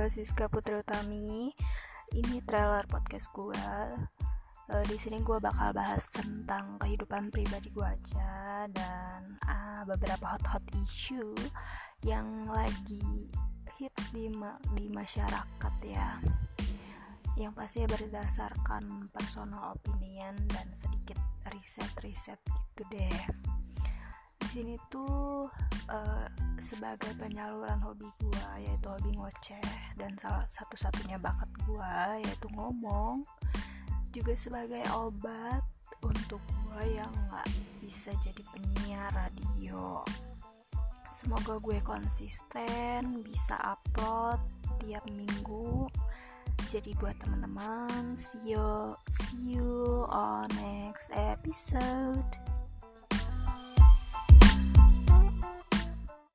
gue Siska Putri Utami. Ini trailer podcast gue. Di sini gue bakal bahas tentang kehidupan pribadi gue aja dan beberapa hot issue yang lagi hits di masyarakat ya. Yang pastinya berdasarkan personal opinion dan sedikit riset gitu deh. Di sini tuh sebagai penyaluran hobi gue, yaitu hobi ngoceh, dan salah satu-satunya bakat gue yaitu ngomong, juga sebagai obat untuk gue yang gak bisa jadi penyiar radio. Semoga gue konsisten bisa upload tiap minggu. Jadi buat teman-teman, see you on next episode.